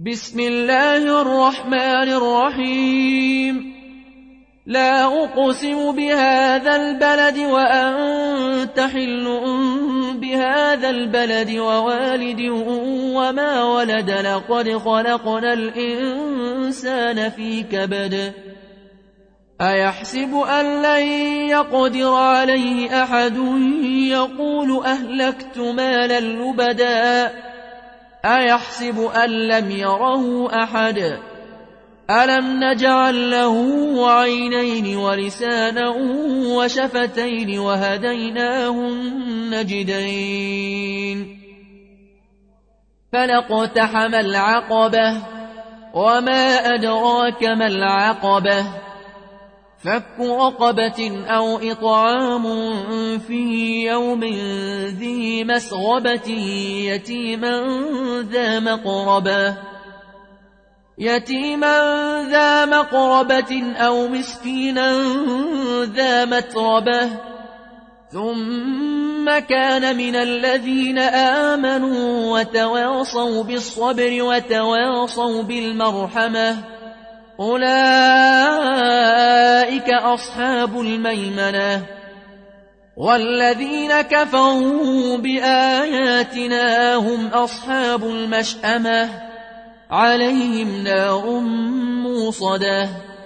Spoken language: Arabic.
بسم الله الرحمن الرحيم. لا أقسم بهذا البلد وأنت حل بهذا البلد ووالد وما ولد لقد خلقنا الإنسان في كبد أيحسب أن لن يقدر عليه أحد يقول أهلكت مالا لبدا أيحسب أن لم يره أحد ألم نجعل له عينين ولسانا وشفتين وهديناه النجدين فلاقتحم العقبة وما أدراك ما العقبة فك رقبة أو إطعام في يوم ذي مسغبة يتيما ذا مقربة أو مسكينا ذا متربة ثم كان من الذين آمنوا وتواصوا بالصبر وتواصوا بالمرحمة أولئك أصحاب الميمنة والذين كفروا بآياتنا هم أصحاب المشأمة عليهم نار موصدة